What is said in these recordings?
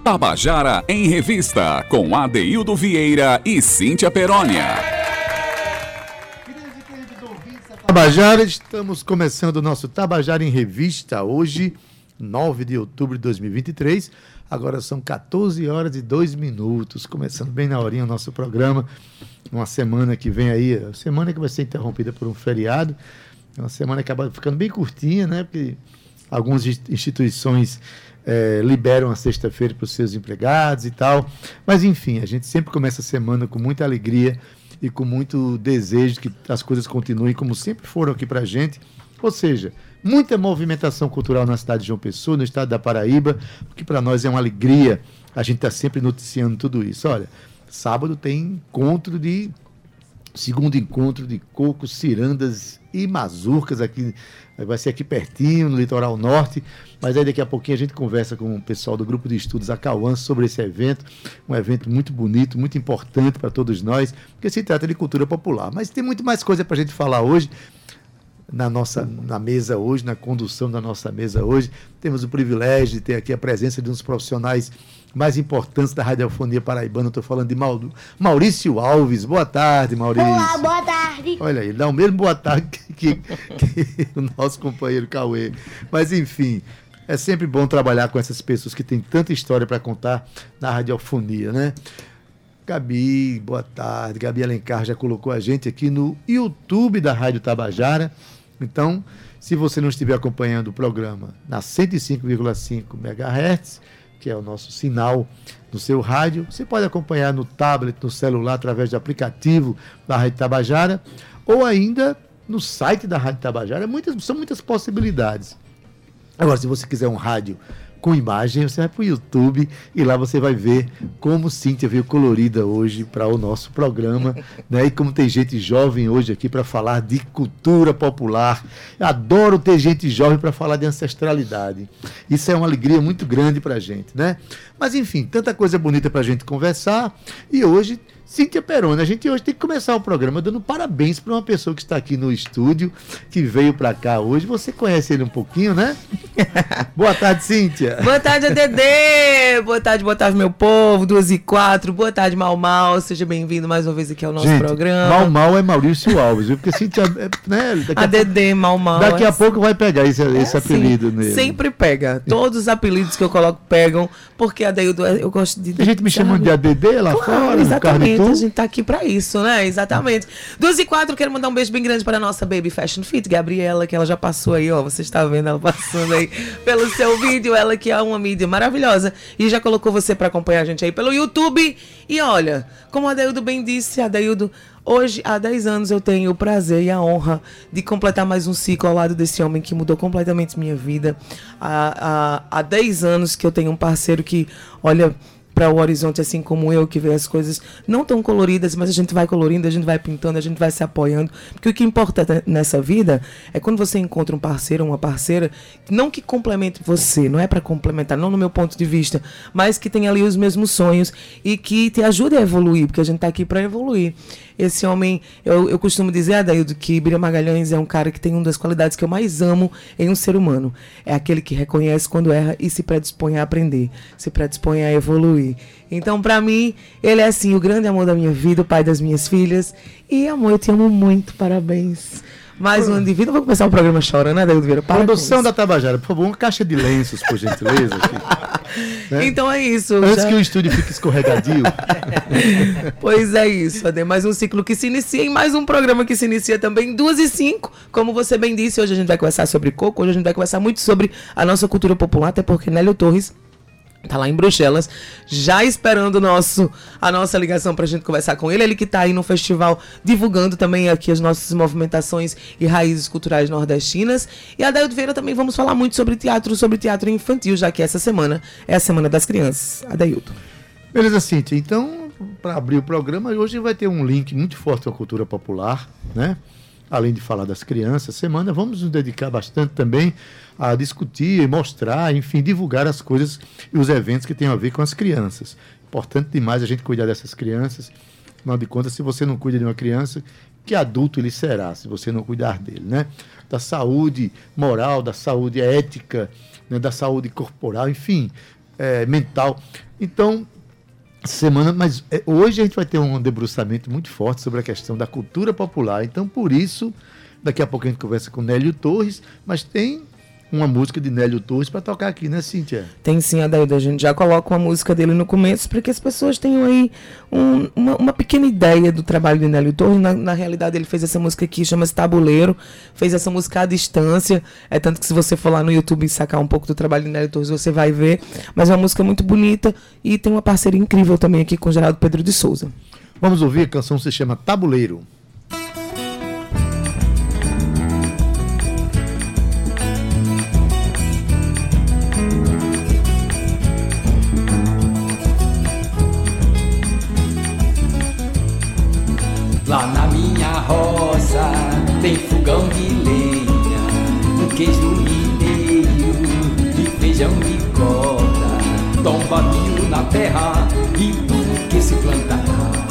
Tabajara em Revista, com Adeildo Vieira e Cíntia Perônia. Tabajara, estamos começando o nosso Tabajara em Revista, hoje, 9 de outubro de 2023. Agora são 14 horas e 2 minutos, começando bem na horinha o nosso programa. Uma semana que vem aí, semana que vai ser interrompida por um feriado. É uma semana que acaba ficando bem curtinha, né? Porque algumas instituições liberam a sexta-feira para os seus empregados e tal. Mas, enfim, a gente sempre começa a semana com muita alegria e com muito desejo que as coisas continuem como sempre foram aqui para a gente. Ou seja, muita movimentação cultural na cidade de João Pessoa, no estado da Paraíba, porque para nós é uma alegria a gente estar sempre noticiando tudo isso. Olha, sábado tem segundo encontro de cocos, cirandas e mazurcas aqui, vai ser aqui pertinho, no litoral norte, mas aí daqui a pouquinho a gente conversa com o pessoal do grupo de estudos Acauã sobre esse evento, um evento muito bonito, muito importante para todos nós, porque se trata de cultura popular. Mas tem muito mais coisa para a gente falar hoje. Na mesa hoje, na condução da nossa mesa hoje, temos o privilégio de ter aqui a presença de um dos profissionais mais importantes da radiofonia paraibana. Estou falando de Maurício Alves. Boa tarde, Maurício. Olá, boa tarde. Olha aí, dá o mesmo boa tarde que o nosso companheiro Cauê. Mas, enfim, é sempre bom trabalhar com essas pessoas que têm tanta história para contar na radiofonia, né? Gabi, boa tarde. Gabi Alencar já colocou a gente aqui no YouTube da Rádio Tabajara. Então, se você não estiver acompanhando o programa na 105,5 MHz, que é o nosso sinal no seu rádio, você pode acompanhar no tablet, no celular, através do aplicativo da Rádio Tabajara, ou ainda no site da Rádio Tabajara. São muitas possibilidades. Agora, se você quiser um rádio com imagem, você vai para o YouTube e lá você vai ver como Cíntia veio colorida hoje para o nosso programa, né? E como tem gente jovem hoje aqui para falar de cultura popular. Eu adoro ter gente jovem para falar de ancestralidade. Isso é uma alegria muito grande para a gente, né? Mas enfim, tanta coisa bonita para a gente conversar. E hoje, Cíntia Perônia, a gente hoje tem que começar o programa dando parabéns para uma pessoa que está aqui no estúdio, que veio para cá hoje. Você conhece ele um pouquinho, né? Boa tarde, Cíntia. Boa tarde, ADD. Boa tarde, meu povo. 2h04. Boa tarde, Mal. Seja bem-vindo mais uma vez aqui ao nosso programa. Mal é Maurício Alves, viu? Porque Cíntia, né? ADD, Mal. Daqui a pouco vai pegar esse apelido nele. Sempre pega. Todos os apelidos que eu coloco pegam, porque Adeildo, eu gosto de... A gente me chamando de ADD lá fora, exatamente. A gente tá aqui pra isso, né? Exatamente. 2h04, quero mandar um beijo bem grande para a nossa Baby Fashion Fit, Gabriela, que ela já passou aí, ó. Você está vendo ela passando aí pelo seu vídeo. Ela que é uma mídia maravilhosa e já colocou você para acompanhar a gente aí pelo YouTube. E olha, como a Adeildo bem disse, Adeildo, hoje, há 10 anos, eu tenho o prazer e a honra de completar mais um ciclo ao lado desse homem que mudou completamente minha vida. Há 10 anos que eu tenho um parceiro que, olha, para o horizonte, assim como eu, que vê as coisas não tão coloridas, mas a gente vai colorindo, a gente vai pintando, a gente vai se apoiando, porque o que importa nessa vida é quando você encontra um parceiro, uma parceira, não que complemente você, não é para complementar, não no meu ponto de vista, mas que tenha ali os mesmos sonhos e que te ajude a evoluir, porque a gente está aqui para evoluir. Esse homem, eu costumo dizer, Adeildo, que Bira Magalhães é um cara que tem uma das qualidades que eu mais amo em um ser humano. É aquele que reconhece quando erra e se predispõe a aprender, se predispõe a evoluir. Então, pra mim, ele é assim, o grande amor da minha vida, o pai das minhas filhas. E, amor, eu te amo muito, parabéns. Mais um ano de vida. Eu vou começar o programa chorando, né, Adeildo Vieira? Produção da Tabajara, por favor, uma caixa de lenços, por gentileza. Né? Então é isso. Antes que o estúdio fique escorregadio. Pois é isso, Ade. Mais um ciclo que se inicia e mais um programa que se inicia também 2h05. Como você bem disse, hoje a gente vai conversar sobre coco, hoje a gente vai conversar muito sobre a nossa cultura popular, até porque Nélio Torres tá lá em Bruxelas, já esperando a nossa ligação pra gente conversar com ele. Ele que tá aí no festival divulgando também aqui as nossas movimentações e raízes culturais nordestinas. E a Adeildo Vieira também vamos falar muito sobre teatro infantil, já que essa semana é a Semana das Crianças. Adeildo. Beleza, Cíntia. Então, para abrir o programa, hoje vai ter um link muito forte com a cultura popular, né? Além de falar das crianças, semana vamos nos dedicar bastante também a discutir, mostrar, enfim, divulgar as coisas e os eventos que têm a ver com as crianças. Importante demais a gente cuidar dessas crianças. Afinal de contas, se você não cuida de uma criança, que adulto ele será, se você não cuidar dele, né? Da saúde moral, da saúde ética, né? Da saúde corporal, enfim, mental. Então, semana, mas hoje a gente vai ter um debruçamento muito forte sobre a questão da cultura popular. Então, por isso, daqui a pouco a gente conversa com Nélio Torres, mas tem uma música de Nélio Torres para tocar aqui, né, Cíntia? Tem sim, Adaildo. A gente já coloca uma música dele no começo para que as pessoas tenham aí uma pequena ideia do trabalho de Nélio Torres. Na realidade, ele fez essa música aqui, chama-se Tabuleiro, fez essa música à distância. É tanto que se você for lá no YouTube e sacar um pouco do trabalho de Nélio Torres, você vai ver. Mas é uma música muito bonita e tem uma parceria incrível também aqui com o Geraldo Pedro de Souza. Vamos ouvir, a canção se chama Tabuleiro. Lá na minha roça tem fogão de lenha, um queijo mineiro e feijão de corda, tomba mil na terra e tudo que se plantar.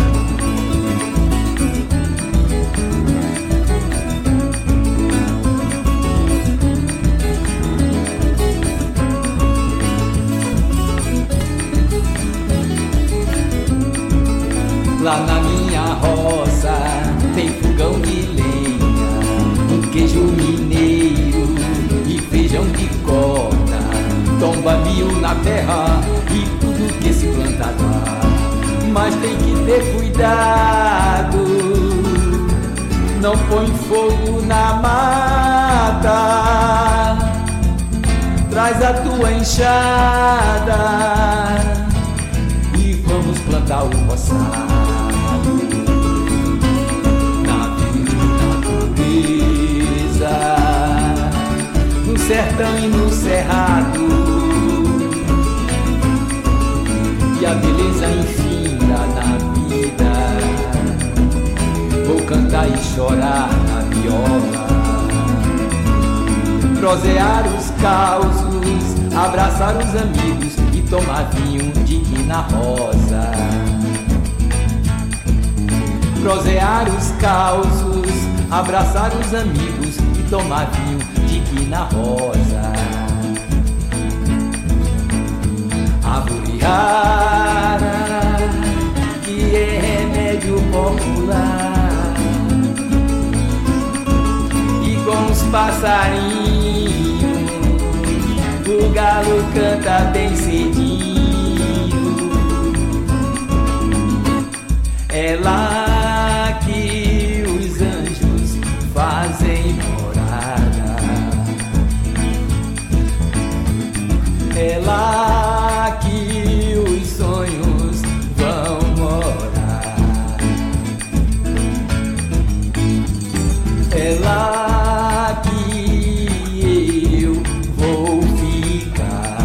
Lá na minha roça tem fogão de lenha, um queijo mineiro e feijão de corda, tomba mil na terra e tudo que se planta lá. Mas tem que ter cuidado, não põe fogo na mata, traz a tua enxada e vamos plantar o roçado. No sertão e no cerrado, e a beleza infinda na vida. Vou cantar e chorar na viola, prosear os causos, abraçar os amigos e tomar vinho de quina rosa. Prosear os causos, abraçar os amigos e tomar vinho de quina rosa. Árvore rara, que é remédio popular, e com os passarinhos o galo canta bem cedinho. É lá que os anjos fazem morada, é lá que os sonhos vão morar, é lá que eu vou ficar.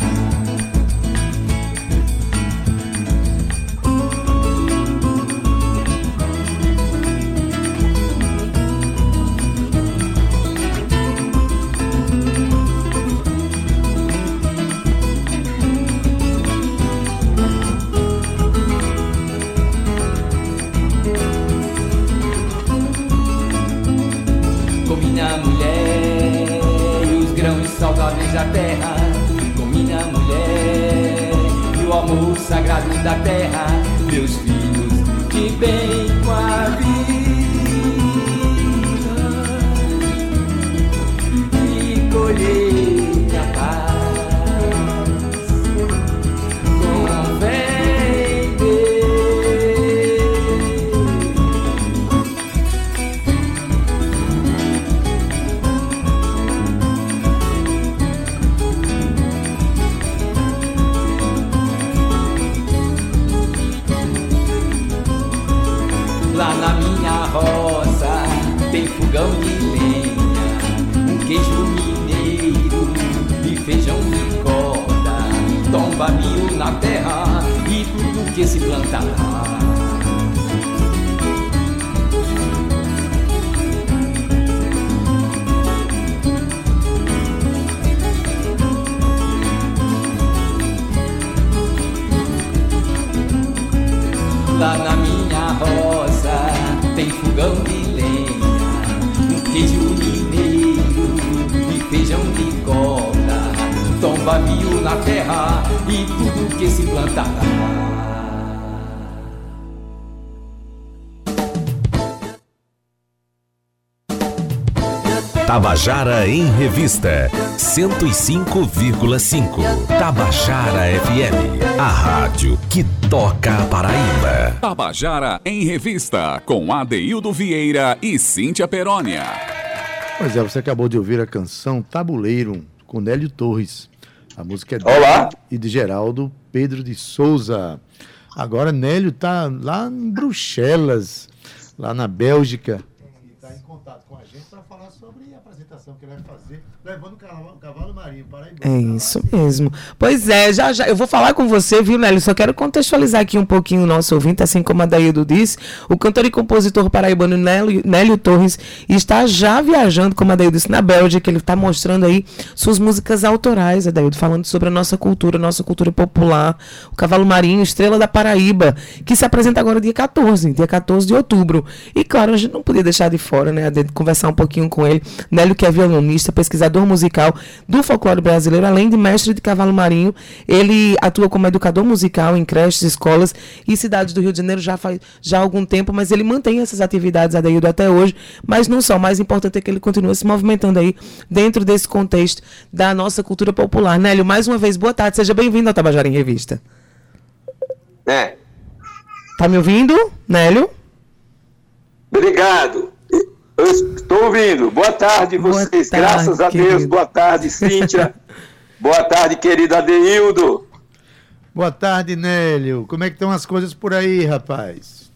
Com minha mulher e os grãos saudáveis da terra, com minha mulher e o amor sagrado da terra, meus filhos de bem com a vida e colher a paz com fé em Deus. Lá na minha roça tem fogão de lenha, um queijo mineiro e feijão de corda, tomba mil na terra e tudo que se planta lá. Lá na minha roça tem fogão de lenha, um queijo mineiro e feijão de corda, tomba mil na terra e tudo que se planta cantará. Tabajara em Revista 105,5. Tabajara FM, a rádio que toca a Paraíba. Tabajara em Revista, com Adeildo Vieira e Cíntia Perônia. Pois é, você acabou de ouvir a canção Tabuleiro, com Nélio Torres. A música é Olá. e de Geraldo Pedro de Souza. Agora Nélio está lá em Bruxelas, lá na Bélgica. E está em contato com a gente para falar sobre a apresentação que ele vai fazer, levando o cavalo marinho para É isso mesmo. Pois é, já eu vou falar com você, viu, Nélio? Só quero contextualizar aqui um pouquinho o nosso ouvinte, assim como a Daildo disse. O cantor e compositor paraibano Nélio Torres está já viajando, como a Daildo disse, na Bélgica. Ele está mostrando aí suas músicas autorais, Daildo, falando sobre a nossa cultura popular. O Cavalo Marinho, Estrela da Paraíba, que se apresenta agora dia 14 de outubro. E claro, a gente não podia deixar de fora, né, de conversar um pouquinho com ele. Nélio, que é violonista, pesquisador musical do folclore brasileiro, além de mestre de cavalo marinho, ele atua como educador musical em creches, escolas e cidades do Rio de Janeiro já há algum tempo, mas ele mantém essas atividades, Adeildo, até hoje, mas não só. O mais importante é que ele continua se movimentando aí dentro desse contexto da nossa cultura popular. Nélio, mais uma vez, boa tarde, seja bem-vindo ao Tabajara em Revista. Tá me ouvindo, Nélio? Obrigado. Eu estou ouvindo. Boa tarde, vocês. Boa tarde, graças a querido. Deus. Boa tarde, Cíntia. Boa tarde, querido Adeildo. Boa tarde, Nélio. Como é que estão as coisas por aí, rapaz?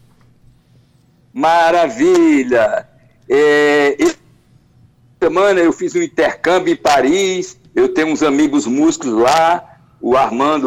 Maravilha. Essa semana eu fiz um intercâmbio em Paris. Eu tenho uns amigos músicos lá, o Armando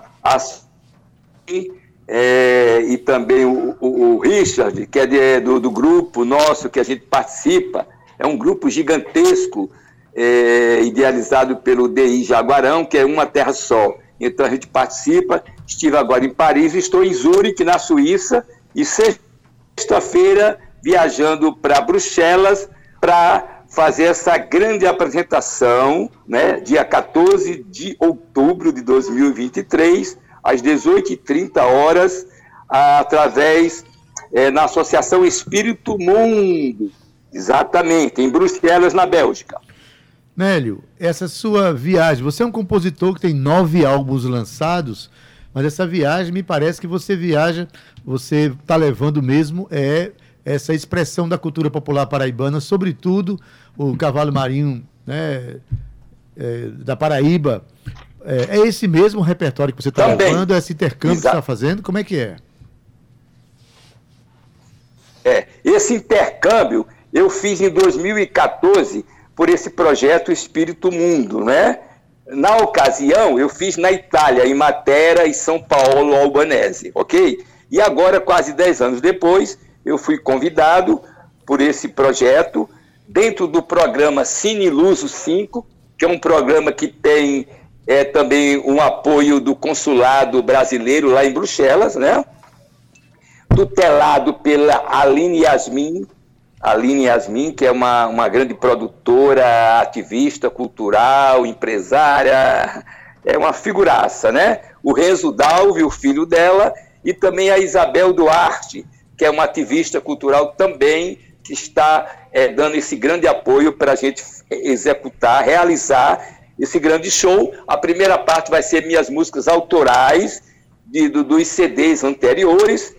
e também o Richard, que é do grupo nosso que a gente participa. É um grupo gigantesco, idealizado pelo DI Jaguarão, que é Uma Terra Só. Então a gente participa. Estive agora em Paris, estou em Zurique, na Suíça, e sexta-feira viajando para Bruxelas para fazer essa grande apresentação, né, dia 14 de outubro de 2023, às 18h30, através na Associação Espírito Mundo, exatamente, em Bruxelas, na Bélgica. Nélio, essa sua viagem, você é um compositor que tem 9 álbuns lançados, mas essa viagem, me parece que você está levando mesmo essa expressão da cultura popular paraibana, sobretudo o cavalo marinho, né, da Paraíba. É esse mesmo repertório que você está levando, esse intercâmbio que você está fazendo? Como é que é? Esse intercâmbio eu fiz em 2014 por esse projeto Espírito Mundo, né? Na ocasião, eu fiz na Itália, em Matera e São Paulo Albanese, ok? E agora, quase 10 anos depois, eu fui convidado por esse projeto, dentro do programa Cine Luso 5, que é um programa que tem também um apoio do consulado brasileiro lá em Bruxelas, né? Tutelado pela Aline Yasmin, que é uma grande produtora, ativista cultural, empresária, é uma figuraça, né? O Renzo Dalvi, o filho dela, e também a Isabel Duarte, que é uma ativista cultural também, que está dando esse grande apoio para a gente executar, realizar esse grande show. A primeira parte vai ser minhas músicas autorais dos CDs anteriores.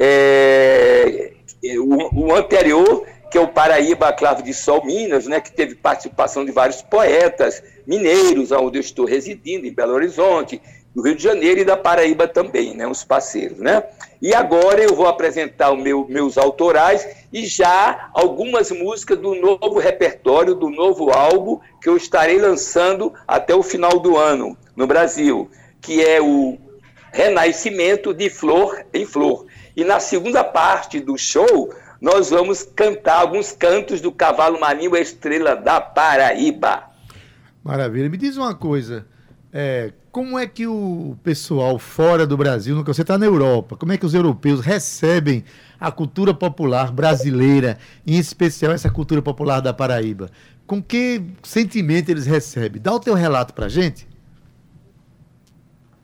O anterior, que é o Paraíba, Clave de Sol, Minas, né, que teve participação de vários poetas mineiros, onde eu estou residindo, em Belo Horizonte, do Rio de Janeiro e da Paraíba também, né, os parceiros, né? E agora eu vou apresentar meus autorais e já algumas músicas do novo repertório, do novo álbum que eu estarei lançando até o final do ano no Brasil, que é o Renascimento de Flor em Flor. E na segunda parte do show, nós vamos cantar alguns cantos do Cavalo Marinho, a Estrela da Paraíba. Maravilha. Me diz uma coisa, como é que o pessoal fora do Brasil, você está na Europa, como é que os europeus recebem a cultura popular brasileira, em especial essa cultura popular da Paraíba? Com que sentimento eles recebem? Dá o teu relato para a gente.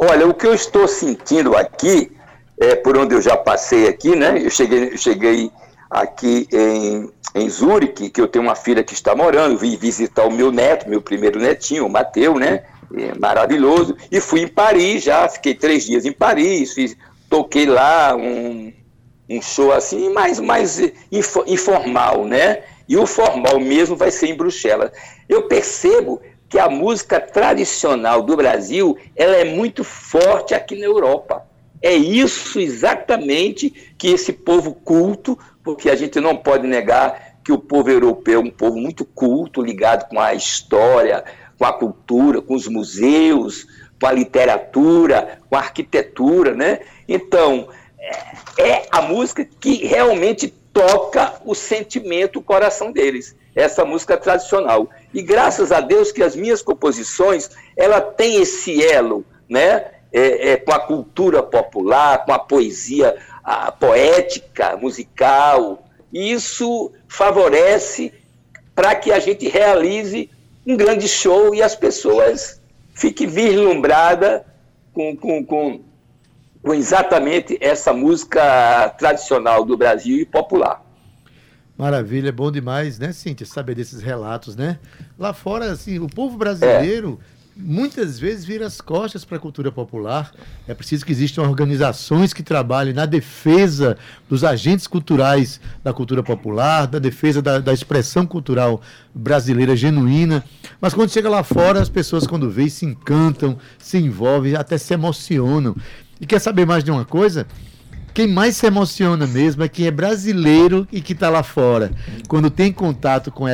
Olha, o que eu estou sentindo aqui, por onde eu já passei aqui, né? Eu cheguei aqui em Zurique, que eu tenho uma filha que está morando, vim visitar o meu neto, meu primeiro netinho, o Mateus, né? Maravilhoso. E fui em Paris já, fiquei 3 dias em Paris, toquei lá um show assim, mais informal, né? E o formal mesmo vai ser em Bruxelas. Eu percebo que a música tradicional do Brasil, ela é muito forte aqui na Europa. É isso exatamente que esse povo culto, porque a gente não pode negar que o povo europeu é um povo muito culto, ligado com a história, com a cultura, com os museus, com a literatura, com a arquitetura, né? Então, é a música que realmente toca o sentimento, o coração deles, essa música tradicional. E graças a Deus que as minhas composições, ela tem esse elo, né? Com a cultura popular, com a poesia poética, musical. E isso favorece para que a gente realize um grande show e as pessoas fiquem vislumbradas com exatamente essa música tradicional do Brasil e popular. Maravilha, é bom demais, né, Cíntia, saber desses relatos, né? Lá fora, assim, o povo brasileiro muitas vezes vira as costas para a cultura popular. É preciso que existam organizações que trabalhem na defesa dos agentes culturais da cultura popular, da defesa da expressão cultural brasileira genuína. Mas quando chega lá fora, as pessoas, quando veem, se encantam, se envolvem, até se emocionam. E quer saber mais de uma coisa? Quem mais se emociona mesmo é quem é brasileiro e que está lá fora. Quando tem contato com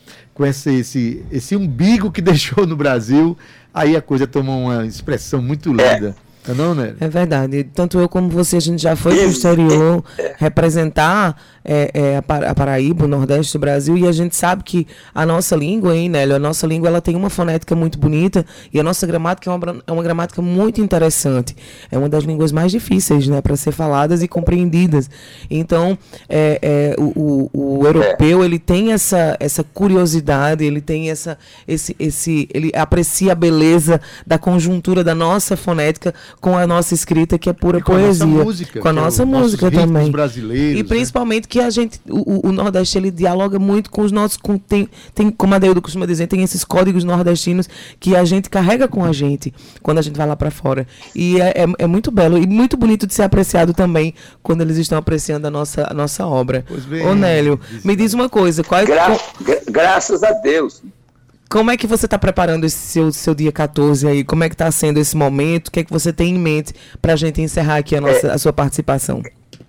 esse umbigo que deixou no Brasil, aí a coisa toma uma expressão muito linda. Não, né? É verdade. Tanto eu como você, a gente já foi para o exterior representar a Paraíba, o Nordeste do Brasil, e a gente sabe que a nossa língua, hein, Nélio? A nossa língua, ela tem uma fonética muito bonita e a nossa gramática é uma gramática muito interessante. É uma das línguas mais difíceis, né, para ser faladas e compreendidas. Então, o europeu, ele tem essa curiosidade, ele tem ele aprecia a beleza da conjuntura da nossa fonética com a nossa escrita, que é pura poesia. Com a nossa música também. Brasileiros, e principalmente que a gente, o Nordeste, ele dialoga muito com os nossos, tem, como a Adeildo costuma dizer, tem esses códigos nordestinos que a gente carrega com a gente quando a gente vai lá para fora. E é muito belo e muito bonito de ser apreciado também quando eles estão apreciando a nossa obra. Pois bem, Ô, Nélio, me diz uma coisa. Graças a Deus. Como é que você está preparando esse seu dia 14 aí? Como é que está sendo esse momento? O que é que você tem em mente para a gente encerrar aqui a sua participação?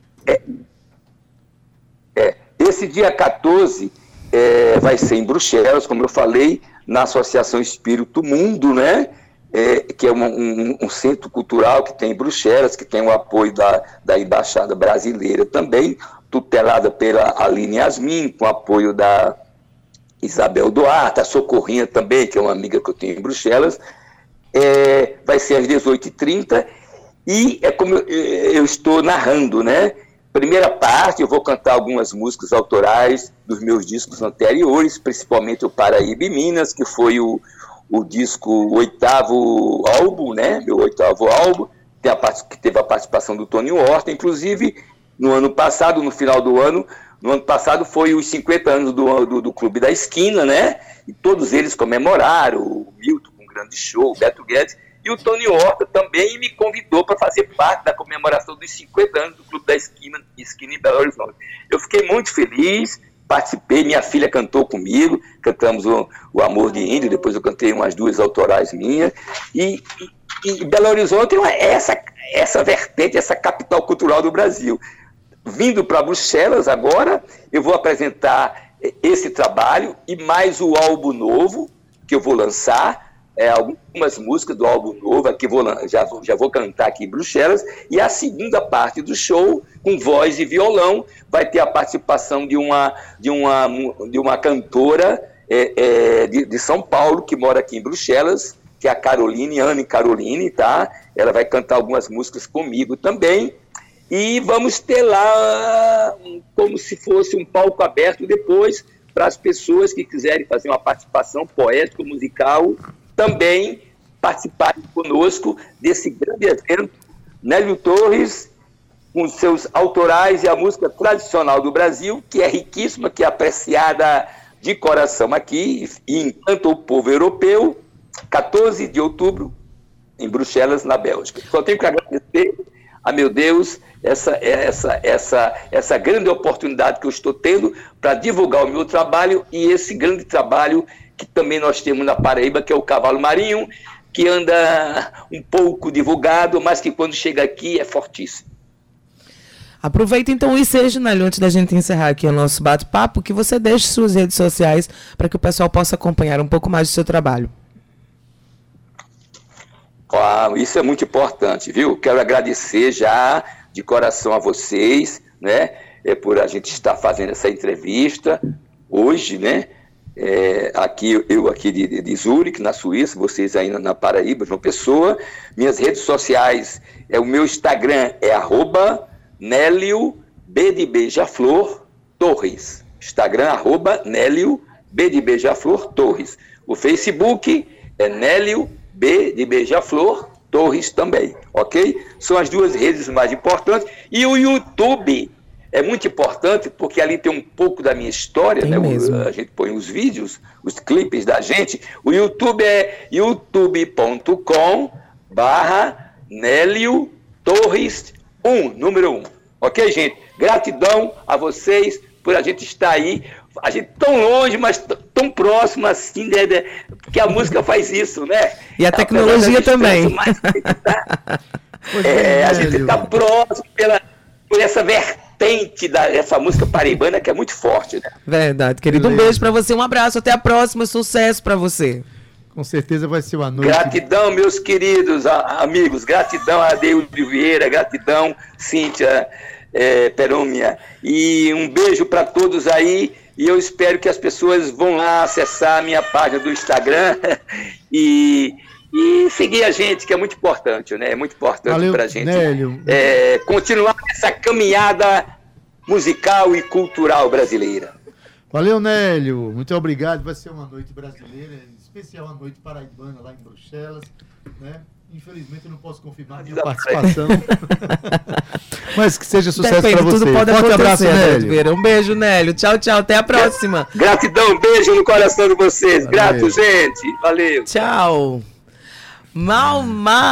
Esse dia 14 vai ser em Bruxelas, como eu falei, na Associação Espírito Mundo, né? Que é um centro cultural que tem em Bruxelas, que tem o apoio da Embaixada Brasileira também, tutelada pela Aline Yasmin, com apoio da Isabel Duarte, a Socorrinha também, que é uma amiga que eu tenho em Bruxelas. Vai ser às 18h30 e é como eu estou narrando, né? Primeira parte, eu vou cantar algumas músicas autorais dos meus discos anteriores, principalmente o Paraíba e Minas, que foi o disco, o 8º álbum, né? Meu 8º álbum, que teve a participação do Tony Horta. Inclusive, no ano passado, no final do ano, foi os 50 anos do Clube da Esquina, né? E todos eles comemoraram, o Milton com um grande show, o Beto Guedes, e o Tony Horta também me convidou para fazer parte da comemoração dos 50 anos do Clube da Esquina em Belo Horizonte. Eu fiquei muito feliz, participei, minha filha cantou comigo, cantamos o Amor de Índio, depois eu cantei umas 2 autorais minhas, e Belo Horizonte é essa vertente, essa capital cultural do Brasil. Vindo para Bruxelas agora, eu vou apresentar esse trabalho e mais o álbum novo que eu vou lançar, algumas músicas do álbum novo que já vou cantar aqui em Bruxelas, e a segunda parte do show, com voz e violão, vai ter a participação de uma cantora de São Paulo, que mora aqui em Bruxelas, que é a Anne Caroline, tá? Ela vai cantar algumas músicas comigo também. E vamos ter lá como se fosse um palco aberto depois para as pessoas que quiserem fazer uma participação poética, musical, também participarem conosco desse grande evento. Nélio Torres, com seus autorais e a música tradicional do Brasil, que é riquíssima, que é apreciada de coração aqui e encanta o povo europeu, 14 de outubro, em Bruxelas, na Bélgica. Só tenho que agradecer a meu Deus essa grande oportunidade que eu estou tendo para divulgar o meu trabalho e esse grande trabalho que também nós temos na Paraíba, que é o Cavalo Marinho, que anda um pouco divulgado, mas que quando chega aqui é fortíssimo. Aproveita então e seja, Nélio, antes da gente encerrar aqui o nosso bate-papo, que você deixe suas redes sociais para que o pessoal possa acompanhar um pouco mais do seu trabalho. Isso é muito importante, viu? Quero agradecer já de coração a vocês, né? Por a gente estar fazendo essa entrevista hoje, né? Eu aqui de Zurique, na Suíça, vocês aí na Paraíba, João Pessoa. Minhas redes sociais, o meu Instagram é @Nélio B de Beija-Flor Torres. Instagram, @Nélio B de Beija-Flor Torres. O Facebook é Nélio B de Beija-Flor Torres também, ok? São as duas redes mais importantes. E o YouTube é muito importante porque ali tem um pouco da minha história, né? A gente põe os vídeos, os clipes da gente. O YouTube é youtube.com/Nélio Torres 1, número 1. Ok, gente? Gratidão a vocês por a gente estar aí. A gente tão longe, mas tão próximo assim, né? Porque a música faz isso, né? E a tecnologia também. Mas a gente está próximo por essa vertente dessa música paraibana que é muito forte, né? Verdade, querido. Um beijo para você, um abraço, até a próxima, sucesso para você. Com certeza vai ser uma noite. Gratidão, meus queridos amigos, gratidão a Adeildo Vieira, gratidão, Cíntia Perômia, e um beijo para todos aí, e eu espero que as pessoas vão lá acessar a minha página do Instagram e seguir a gente, que é muito importante, né? É muito importante para a gente continuar essa caminhada musical e cultural brasileira. Valeu, Nélio. Muito obrigado. Vai ser uma noite brasileira, em especial uma noite paraibana lá em Bruxelas, né? Infelizmente eu não posso confirmar a minha participação. Mas que seja sucesso para você. Tudo pode Forte abraço, Nélio. Um beijo, Nélio. Tchau, tchau. Até a próxima. Gratidão, beijo no coração de vocês. Grato, gente. Valeu. Tchau. Mal,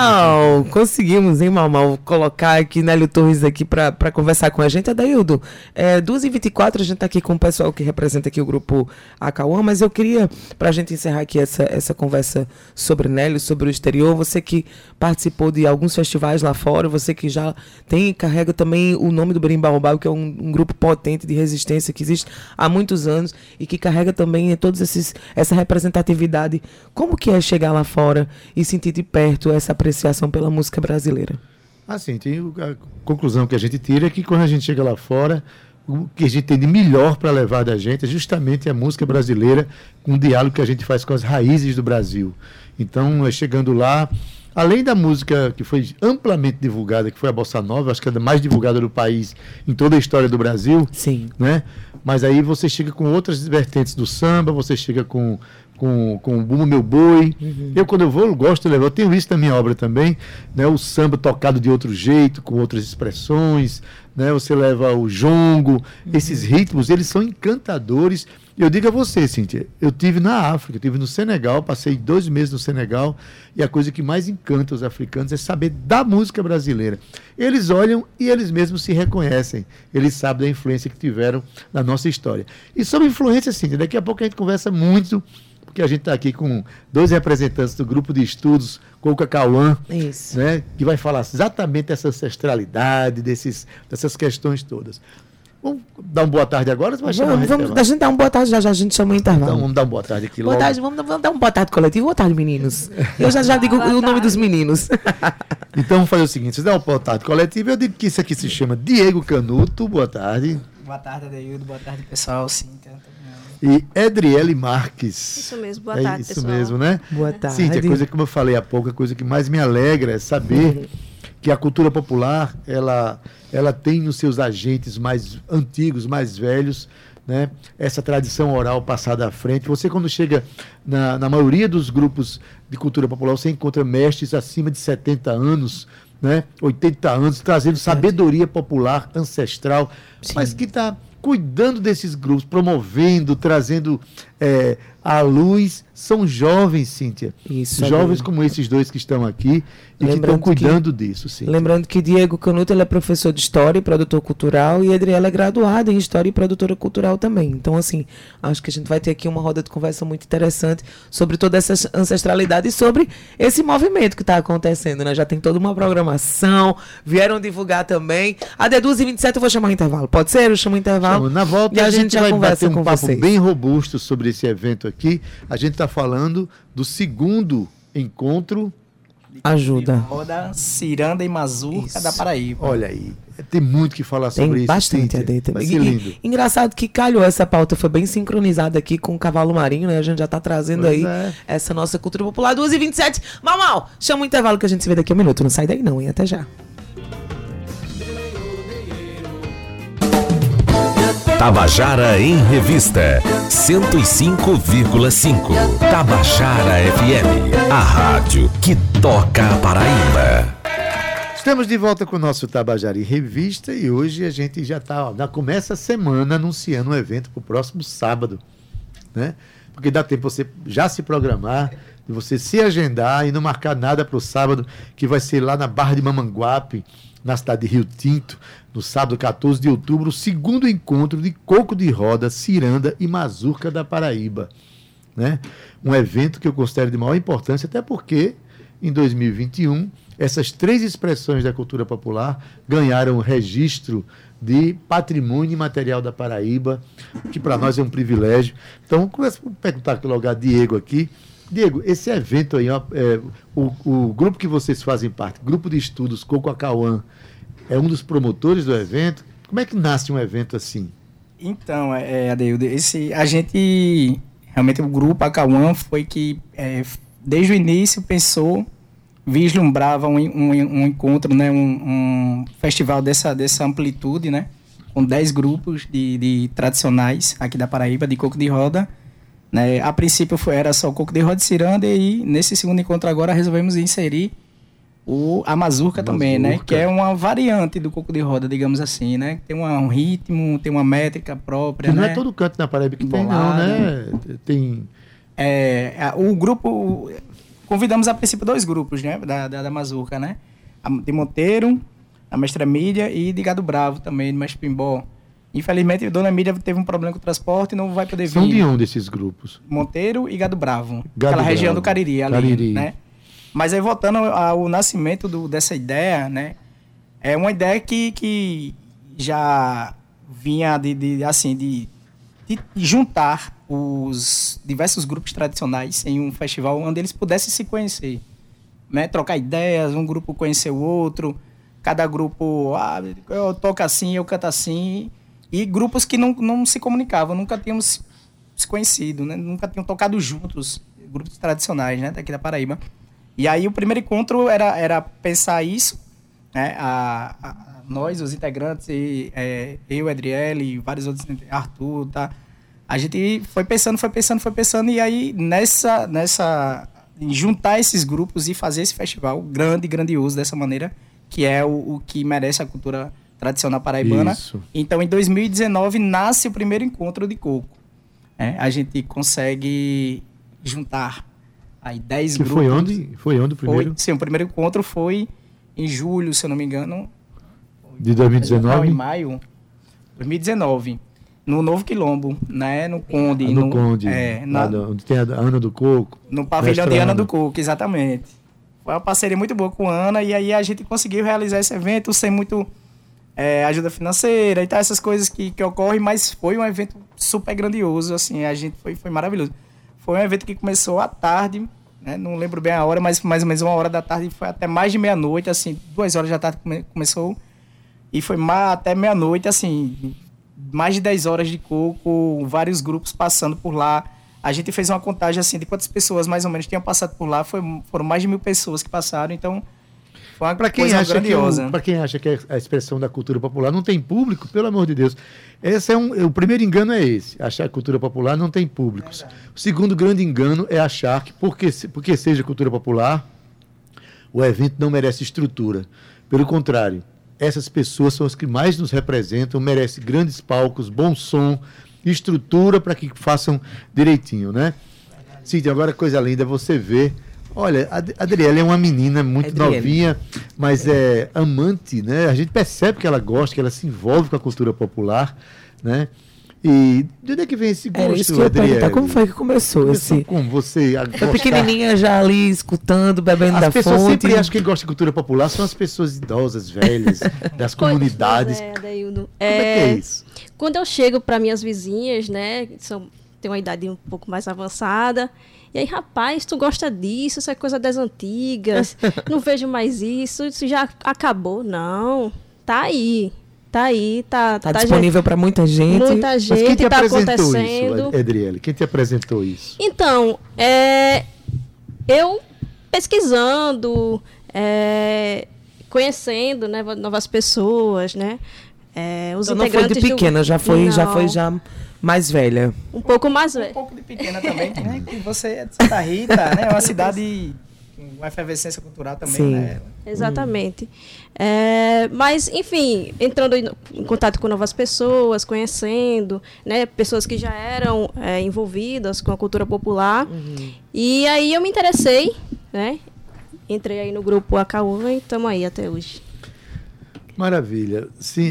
conseguimos, hein, Mal, colocar aqui Nélio Torres aqui para conversar com a gente. Adeildo, 2h24, a gente tá aqui com o pessoal que representa aqui o grupo Acauã, mas eu queria, pra gente encerrar aqui essa conversa sobre Nélio, sobre o exterior, você que participou de alguns festivais lá fora, você que já carrega também o nome do Berimbau, que é um grupo potente de resistência que existe há muitos anos e que carrega também todos essa representatividade. Como que é chegar lá fora e sentir de perto essa apreciação pela música brasileira? Assim, a conclusão que a gente tira é que quando a gente chega lá fora, o que a gente tem de melhor para levar da gente é justamente a música brasileira, com o diálogo que a gente faz com as raízes do Brasil. Então, chegando lá, além da música que foi amplamente divulgada, que foi a Bossa Nova, acho que é a mais divulgada do país em toda a história do Brasil. Sim. Né? Mas aí você chega com outras vertentes do samba, você chega com o Bumba Meu Boi. Eu, quando eu vou, eu gosto de levar, eu tenho isso na minha obra também, né? O samba tocado de outro jeito, com outras expressões, né? Você leva o jongo, esses ritmos, eles são encantadores. Eu digo a você, Cíntia, eu estive na África, eu estive no Senegal, passei 2 meses no Senegal, e a coisa que mais encanta os africanos é saber da música brasileira. Eles olham e eles mesmos se reconhecem, eles sabem da influência que tiveram na nossa história. E sobre influência, Cíntia, daqui a pouco a gente conversa muito, porque a gente está aqui com 2 representantes do grupo de estudos, Coco Acauã, né, que vai falar exatamente dessa ancestralidade, dessas questões todas. Vamos dar uma boa tarde agora? Vamos a gente dar uma boa tarde, já a gente chama o intervalo. Então vamos dar uma boa tarde aqui logo. Boa tarde, vamos dar uma boa tarde coletivo. Boa tarde, meninos. Eu já digo o nome dos meninos. Então vamos fazer o seguinte, vocês dão uma boa tarde coletiva, eu digo que isso aqui se chama Diego Canuto, boa tarde. Boa tarde, Adeildo, boa tarde, pessoal, Cíntia. E Edriele Marques. Isso mesmo, boa tarde, isso pessoal. Mesmo, né? Boa tarde. Cíntia, coisa que, como eu falei há pouco, a coisa que mais me alegra é saber que a cultura popular, ela tem nos seus agentes mais antigos, mais velhos, né, essa tradição oral passada à frente. Você, quando chega na maioria dos grupos de cultura popular, você encontra mestres acima de 70 anos, né, 80 anos, trazendo sabedoria popular, ancestral, mas que está cuidando desses grupos, promovendo, trazendo à luz, são jovens, Cíntia. Isso, jovens como esses dois que estão aqui e que estão cuidando disso, Cíntia. Lembrando que Diego Canuto, ele é professor de História e produtor cultural, e Adriela é graduada em História e produtora cultural também. Então, assim, acho que a gente vai ter aqui uma roda de conversa muito interessante sobre toda essa ancestralidade e sobre esse movimento que está acontecendo, né? Já tem toda uma programação, vieram divulgar também. A de 2h27 eu vou chamar o intervalo. Pode ser? Eu chamo o intervalo. Na volta e a gente já vai conversa bater um com papo vocês. bem robusto sobre esse evento aqui. A gente está falando do segundo encontro. Ajuda. Roda Ciranda e Mazurca da Paraíba. Olha aí, tem muito que falar sobre Tem isso. bastante Cíntia. a dentro. Vai ser lindo. Engraçado que calhou essa pauta, foi bem sincronizada aqui com o Cavalo Marinho, né? A gente já tá trazendo Pois aí é. essa nossa cultura popular. 2h27. Mal, chama o intervalo que a gente se vê daqui a um minuto. Não sai daí não, hein? Até já. Tabajara em Revista 105,5. Tabajara FM, a rádio que toca a Paraíba. Estamos de volta com o nosso Tabajara em Revista e hoje a gente já começa a semana anunciando um evento para o próximo sábado, né? Porque dá tempo você já se programar, de você se agendar e não marcar nada para o sábado, que vai ser lá na Barra de Mamanguape, na cidade de Rio Tinto, no sábado 14 de outubro, o segundo encontro de Coco de Roda, Ciranda e Mazurca da Paraíba, né? Um evento que eu considero de maior importância, até porque em 2021 essas três expressões da cultura popular ganharam o registro de patrimônio imaterial da Paraíba, que para nós é um privilégio. Então, começo a perguntar aqui logo a Diego aqui. Diego, esse evento aí, ó, o grupo que vocês fazem parte, Grupo de Estudos Coco Acauã, é um dos promotores do evento. Como é que nasce um evento assim? Então, Adeildo, a gente, realmente o Grupo Acauã foi que, desde o início, vislumbrava um encontro, né, um festival dessa amplitude, né, com 10 grupos de tradicionais aqui da Paraíba, de Coco de Roda. Né? A princípio era só o Coco de Roda e Ciranda, e nesse segundo encontro agora resolvemos inserir a Mazurca também, né? Que é uma variante do Coco de Roda, digamos assim, né? Tem um ritmo, tem uma métrica própria, que não né? é todo canto na Paraíba que tem, não, né? Tem... O grupo... Convidamos a princípio 2 grupos, né? Da Mazurca, né? De Monteiro, a Mestra Mídia, e de Gado Bravo também, de Mestre Pimbó. Infelizmente, a Dona Mídia teve um problema com o transporte e não vai poder vir. São de onde esses grupos? Monteiro e Gado Bravo. Aquela região do Cariri ali, Cariri, né? Mas aí, voltando ao nascimento dessa ideia, né? É uma ideia que já vinha de juntar os diversos grupos tradicionais em um festival onde eles pudessem se conhecer, né? Trocar ideias, um grupo conhecer o outro, cada grupo, eu toco assim, eu canto assim, e grupos que não se comunicavam, nunca tínhamos se conhecido, né? Nunca tinham tocado juntos, grupos tradicionais, né? Daqui da Paraíba. E aí o primeiro encontro era pensar isso, né? Nós, os integrantes, eu, Adriele e vários outros, Arthur, tá? A gente foi pensando, e aí em juntar esses grupos e fazer esse festival grande e grandioso dessa maneira, que é o que merece a cultura tradicional paraibana. Isso. Então, em 2019, nasce o primeiro encontro de Coco. A gente consegue juntar aí 10 grupos. Foi onde o primeiro? Sim, o primeiro encontro foi em julho, se eu não me engano. De 2019? Não, em maio. 2019. No Novo Quilombo, né? No Conde. No Conde. Onde tem a Ana do Coco. No pavilhão de Ana do Coco, exatamente. Foi uma parceria muito boa com a Ana, e aí a gente conseguiu realizar esse evento sem muito ajuda financeira e tal, essas coisas que ocorrem, mas foi um evento super grandioso, assim, a gente foi maravilhoso. Foi um evento que começou à tarde, né? Não lembro bem a hora, mas mais ou menos 1h da tarde, foi até mais de meia-noite, assim, 2h da tarde começou, e foi até meia-noite, assim, mais de 10 horas de coco, vários grupos passando por lá. A gente fez uma contagem, assim, de quantas pessoas mais ou menos tinham passado por lá, foram mais de 1.000 pessoas que passaram, então Foi uma Para quem, coisa grandiosa. para quem acha que a expressão da cultura popular não tem público, pelo amor de Deus, esse o primeiro engano é esse, achar que a cultura popular não tem públicos. O segundo grande engano é achar que porque seja cultura popular, o evento não merece estrutura. Pelo contrário, essas pessoas são as que mais nos representam, merecem grandes palcos, bom som, estrutura para que façam direitinho, né? Cíntia, agora coisa linda, você vê. Olha, a Adriele é uma menina muito novinha, mas é amante, né? A gente percebe que ela gosta, que ela se envolve com a cultura popular, né? E de onde é que vem esse gosto, Era isso que eu ia perguntar. Como foi que começou esse... Como você... Foi pequenininha já ali, escutando, bebendo da fonte. As pessoas sempre acham que quem gosta de cultura popular são as pessoas idosas, velhas, das comunidades. Pois Adaildo. Como é que é isso? Quando eu chego para minhas vizinhas, né, tem uma idade um pouco mais avançada, e aí, rapaz, tu gosta disso, isso é coisa das antigas, não vejo mais isso já acabou. Não, tá aí. Tá disponível para muita gente. Muita gente. Mas quem te apresentou isso, Adriele? Quem te apresentou isso? Então, eu pesquisando, conhecendo, né, novas pessoas, né? Os então integrantes não foi de pequena, já foi mais velha. Um pouco mais velha. Um pouco de pequena também, né? Que você é de Santa Rita, né? É uma cidade com uma efervescência cultural também, sim, né? Exatamente. Mas, enfim, entrando em contato com novas pessoas, conhecendo, né, pessoas que já eram envolvidas com a cultura popular. E aí eu me interessei, né? Entrei aí no grupo Acaúva e estamos aí até hoje. Maravilha. Sim,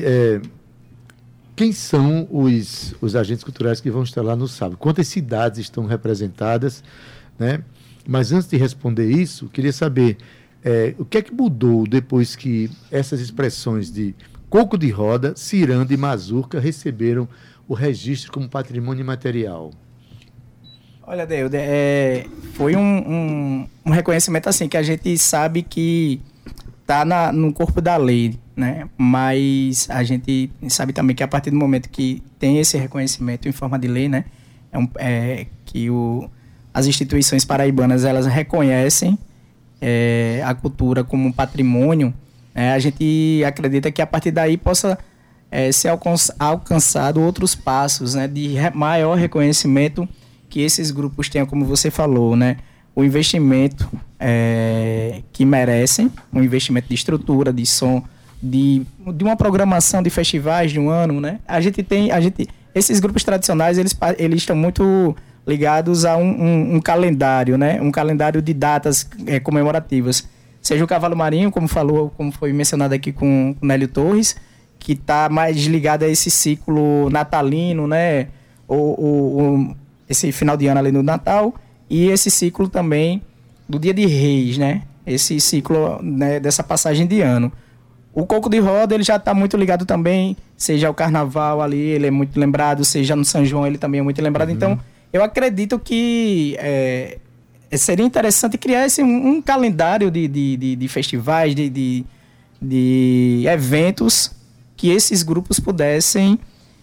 quem são os agentes culturais que vão estar lá no sábado? Quantas cidades estão representadas, né? Mas antes de responder isso, queria saber o que é que mudou depois que essas expressões de coco de roda, ciranda e mazurca receberam o registro como patrimônio imaterial. Olha, Deildo, foi um reconhecimento assim, que a gente sabe que está no corpo da lei, né? Mas a gente sabe também que a partir do momento que tem esse reconhecimento em forma de lei, né? Que as instituições paraibanas, elas reconhecem a cultura como um patrimônio, a gente acredita que a partir daí possa ser alcançado outros passos, né, de maior reconhecimento que esses grupos tenham, como você falou, né, o investimento que merecem, um investimento de estrutura, de som, de uma programação de festivais de um ano, né? Esses grupos tradicionais, eles estão muito ligados a um calendário, né? Um calendário de datas comemorativas. Seja o Cavalo Marinho, como foi mencionado aqui com o Nélio Torres, que está mais ligado a esse ciclo natalino, né? Esse final de ano ali no Natal, e esse ciclo também do Dia de Reis, né? Esse ciclo, né, dessa passagem de ano. O Coco de Roda, ele já está muito ligado também, seja o Carnaval ali, ele é muito lembrado, seja no São João, ele também é muito lembrado. Então, eu acredito que seria interessante criar um calendário de festivais, de eventos que esses grupos pudessem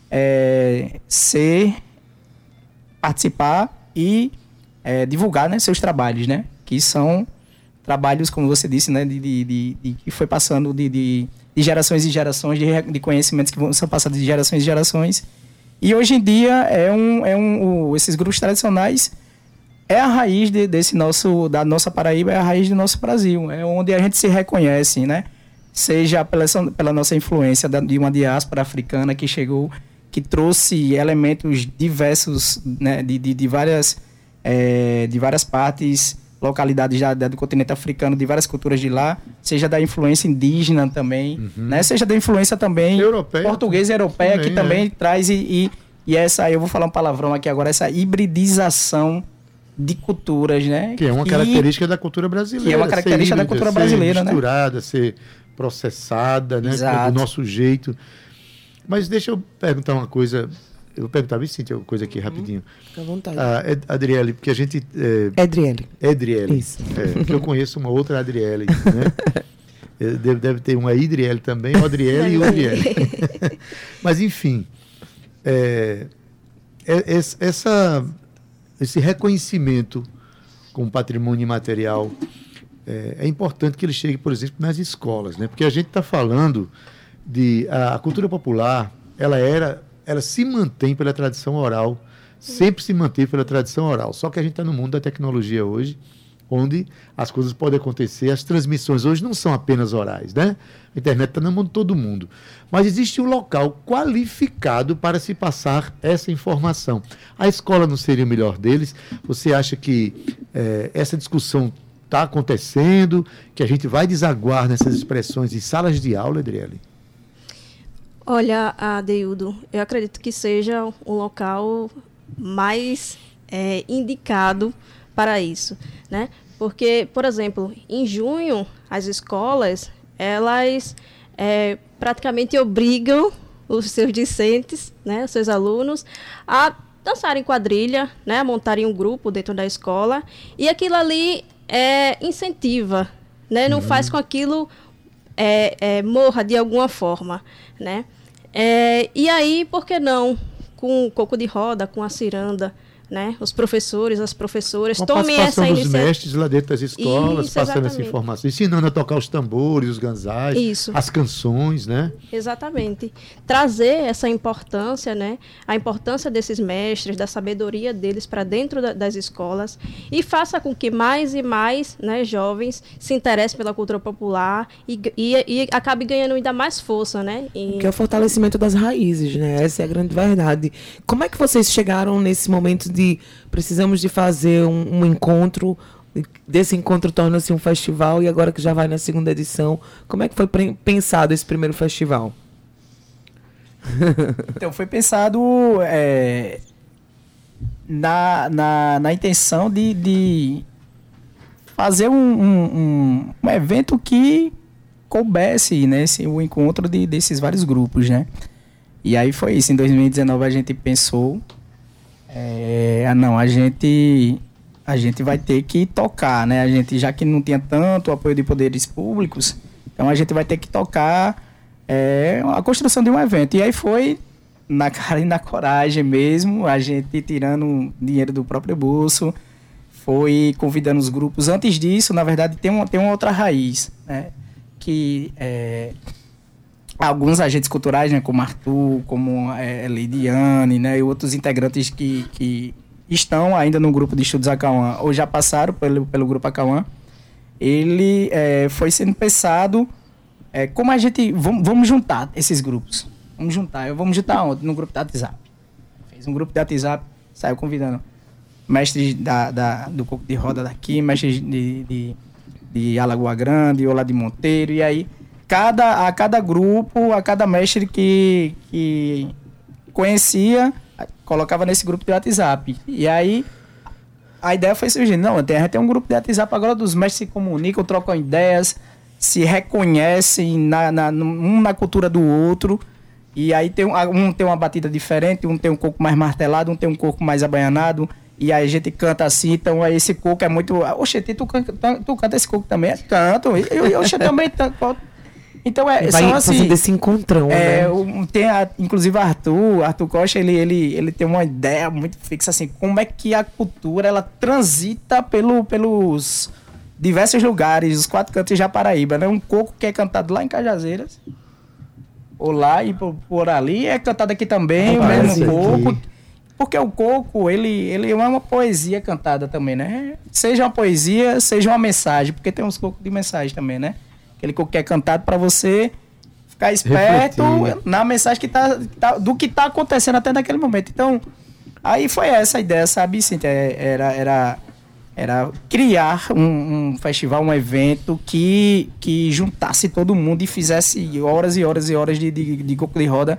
participar e divulgar, né, seus trabalhos, né? Que são trabalhos, como você disse, né, que foi passando de gerações e gerações, de conhecimentos que são passados de gerações e gerações. E hoje em dia esses grupos tradicionais é a raiz da nossa Paraíba, é a raiz do nosso Brasil, é onde a gente se reconhece, né? Seja pela nossa influência de uma diáspora africana que chegou, que trouxe elementos diversos, né, de várias partes, localidades do continente africano, de várias culturas de lá, seja da influência indígena também, né? Seja da influência também portuguesa e europeia, que também traz e essa, eu vou falar um palavrão aqui agora, essa hibridização de culturas, né? Que é uma característica da cultura brasileira. Que é uma característica da cultura brasileira, ser misturada, ser processada, né? Do nosso jeito. Mas deixa eu perguntar uma coisa. Eu vou perguntar, Vicente, uma coisa aqui rapidinho. Fica à vontade. Adriele, porque a gente... Adriele. Isso. Porque eu conheço uma outra Adriele, né? Deve ter uma Idriele também, uma Adriele e uma Adriele. Mas, enfim, esse reconhecimento como patrimônio imaterial é importante que ele chegue, por exemplo, nas escolas, né? Porque a gente está falando de... A cultura popular, ela se mantém pela tradição oral, sempre se manteve pela tradição oral. Só que a gente está no mundo da tecnologia hoje, onde as coisas podem acontecer, as transmissões hoje não são apenas orais, né? A internet está na mão de todo mundo. Mas existe um local qualificado para se passar essa informação. A escola não seria o melhor deles? Você acha que essa discussão está acontecendo, que a gente vai desaguar nessas expressões em salas de aula, Edriele? Olha, Adeildo, eu acredito que seja um local mais indicado para isso, né? Porque, por exemplo, em junho, as escolas, elas praticamente obrigam os seus discentes, né, os seus alunos, a dançarem quadrilha, né, a montarem um grupo dentro da escola, e aquilo ali incentiva, né, não faz com aquilo morra de alguma forma, né? E aí, por que não, com o coco de roda, com a ciranda, né? Os professores, as professoras tomem essa iniciativa. Dos mestres lá dentro das escolas, isso, passando exatamente. Essa informação, ensinando a tocar os tambores, os ganzais, isso. As canções, né? Exatamente. Trazer essa importância, né? A importância desses mestres, da sabedoria deles para dentro das escolas, e faça com que mais e mais, né, jovens se interessem pela cultura popular e acabe ganhando ainda mais força, né? Que é o fortalecimento das raízes, né? Essa é a grande verdade. Como é que vocês chegaram nesse momento de precisamos de fazer um encontro, desse encontro torna-se um festival, e agora que já vai na segunda edição, como é que foi pensado esse primeiro festival? Então, foi pensado na intenção de fazer um evento que coubesse, né, o encontro desses vários grupos, né? E aí foi isso. Em 2019 a gente pensou a gente vai ter que tocar, né? A gente, já que não tinha tanto apoio de poderes públicos, então a gente vai ter que tocar a construção de um evento. E aí foi na cara e na coragem mesmo, a gente tirando dinheiro do próprio bolso, foi convidando os grupos. Antes disso, na verdade, tem uma outra raiz, né? Que alguns agentes culturais, né, como Arthur, como Leidiane, né, e outros integrantes que estão ainda no grupo de estudos Acauã, ou já passaram pelo grupo Acauã, ele foi sendo pensado como a gente... Vamos juntar esses grupos. Vamos juntar onde? No grupo da WhatsApp. Fez um grupo de WhatsApp, saiu convidando mestres do coco de roda daqui, mestres de Alagoa Grande, ou lá de Monteiro, e aí a cada grupo, a cada mestre que conhecia, colocava nesse grupo de WhatsApp. E aí a ideia foi surgindo. Não, a gente tem um grupo de WhatsApp agora, dos mestres se comunicam, trocam ideias, se reconhecem um na cultura do outro. E aí um tem uma batida diferente, um tem um coco mais martelado, um tem um coco mais abaianado. E aí a gente canta assim, então esse coco é muito... Oxente, tu canta esse coco também? Canto. Eu também canto. Então vai são assim, fazendo esse encontrão, né? Tem inclusive Arthur Costa, ele tem uma ideia muito fixa, assim, como é que a cultura ela transita pelos diversos lugares, os 4 cantos da Paraíba, né? Um coco que é cantado lá em Cajazeiras, ou lá e por ali, é cantado aqui também, o mesmo coco. Aqui. Porque o coco, ele é uma poesia cantada também, né? Seja uma poesia, seja uma mensagem, porque tem uns cocos de mensagem também, né? Aquele coco que é cantado para você ficar esperto na mensagem do que tá acontecendo até naquele momento. Então, aí foi essa a ideia, sabe, Cíntia? Era criar um festival, um evento que juntasse todo mundo e fizesse horas e horas e horas de coco de roda.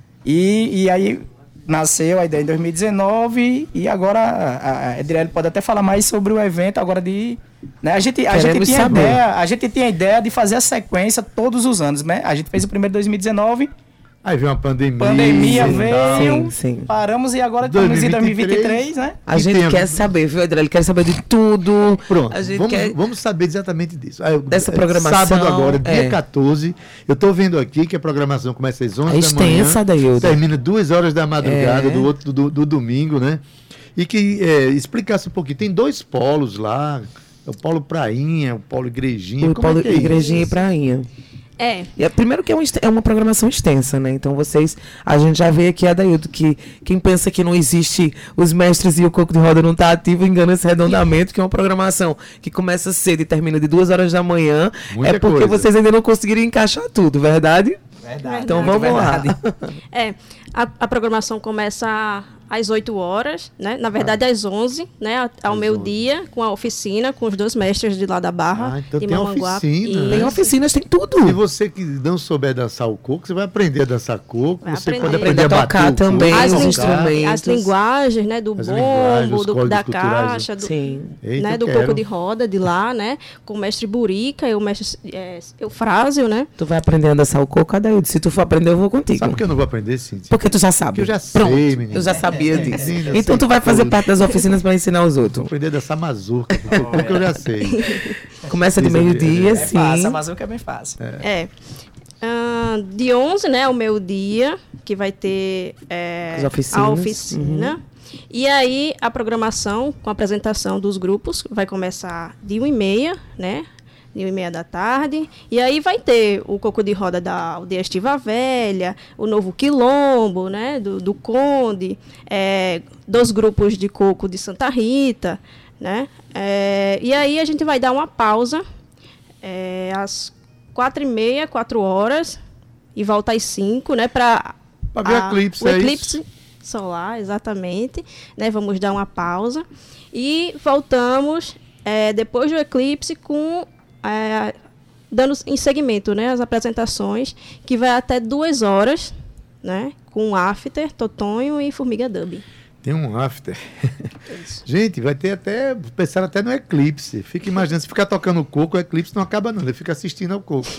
E aí nasceu a ideia em 2019 e agora a Edriele pode até falar mais sobre o evento agora né? A gente tinha a ideia de fazer a sequência todos os anos, né? A gente fez o primeiro em 2019. Aí veio uma pandemia. Pandemia veio, sim. Paramos e agora estamos em 2023, né? A gente quer saber, viu, Edriele? Quer saber de tudo. Pronto, vamos saber exatamente disso. Dessa programação. Sábado agora, dia 14. Eu estou vendo aqui que a programação começa às 11 da manhã. Extensa, Adeildo. Termina 2 horas da madrugada do domingo, né? E que explicasse um pouquinho. Tem 2 polos lá. É o polo prainha, o polo igrejinha. O Como polo é que é isso? igrejinha e prainha. É. Primeiro que é uma programação extensa, né? Então a gente já vê aqui, Adaildo, que quem pensa que não existe os mestres e o coco de roda não está ativo, engana-se redondamente, que é uma programação que começa cedo e termina de 2 horas da manhã. Muita porque coisa. vocês ainda não conseguiram encaixar tudo, verdade? Verdade. Então muito vamos verdade. lá. A programação começa às 8 horas, né? Na verdade, às 11, né? Ao Às meio-dia, com a oficina, com os 2 mestres de lá da Barra. Ah, então de tem Mamanguape. oficina, né? Tem oficinas, tem tudo. Se você que não souber dançar o coco, você vai aprender a dançar coco, Vai você aprender. pode aprender a Aprender a bater tocar o coco, também, As, os lin- instrumentos. as linguagens, né? Do As linguagens, bombo, os códigos da culturais, caixa, Sim. Eita, né, eu do quero. coco de roda de lá, né? Com o mestre Burica e o mestre Eufrásio, né? Tu vai aprender a dançar o coco, Adaildo. Se tu for aprender, eu vou contigo. Sabe por que eu não vou aprender, Cíntia? Porque tu já sabe. Porque eu já Pronto, sei, menino. eu já sabia disso. Menina, eu Então sei tu vai fazer tudo. parte das oficinas para ensinar os Vou outros. aprender a dançar mazurca, porque o coco eu já sei. Começa de Isso é meio-dia, É sim. fácil, a Mazuca é bem fácil. De 11, né, ao meio-dia, que vai ter As oficinas. a oficina. E aí, a programação, com a apresentação dos grupos, vai começar de 1h30, né? De 1h30 da tarde. E aí vai ter o coco de roda da Aldeia Estiva Velha, o Novo Quilombo, né? Do Conde, 2 grupos de coco de Santa Rita, né? E aí a gente vai dar uma pausa às 4h30, 4 horas, e volta às 5, né? Para Pra ver o eclipse, o é eclipse solar, exatamente. Né? Vamos dar uma pausa. E voltamos depois do eclipse dando em segmento, né? As apresentações, que vai até 2 horas, né? Com after, totonho e formiga dub. Tem um after. Gente, vai ter até. Pensar até no eclipse. Fica imaginando, se ficar tocando o coco, o eclipse não acaba, não. Ele fica assistindo ao coco.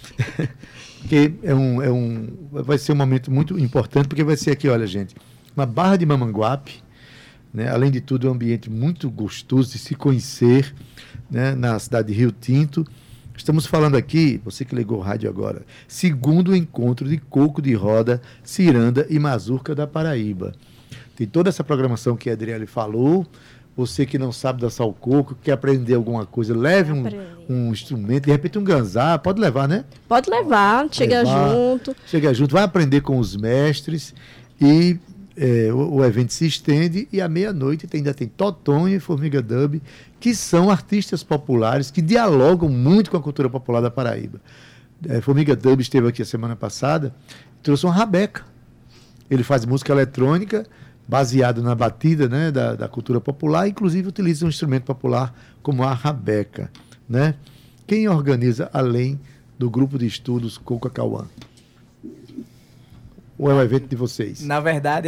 Porque vai ser um momento muito importante, porque vai ser aqui, olha, gente, uma Barra de Mamanguape, né? Além de tudo, é um ambiente muito gostoso de se conhecer, né? Na cidade de Rio Tinto. Estamos falando aqui, você que ligou o rádio agora, 2º encontro de coco de roda, ciranda e mazurca da Paraíba. Tem toda essa programação que a Adriele falou. Você que não sabe dançar o coco, quer aprender alguma coisa, leve um instrumento, de repente um ganzá, pode levar, né? Pode levar, chega junto. Chega junto, vai aprender com os mestres e o evento se estende e à meia-noite ainda tem Totonho e Formiga Dub, que são artistas populares que dialogam muito com a cultura popular da Paraíba. Formiga Dub esteve aqui a semana passada, trouxe uma rabeca. Ele faz música eletrônica baseado na batida, né, da cultura popular, inclusive utiliza um instrumento popular como a rabeca, né? Quem organiza além do grupo de estudos Coco Acauã? Ou é um evento de vocês? Na verdade,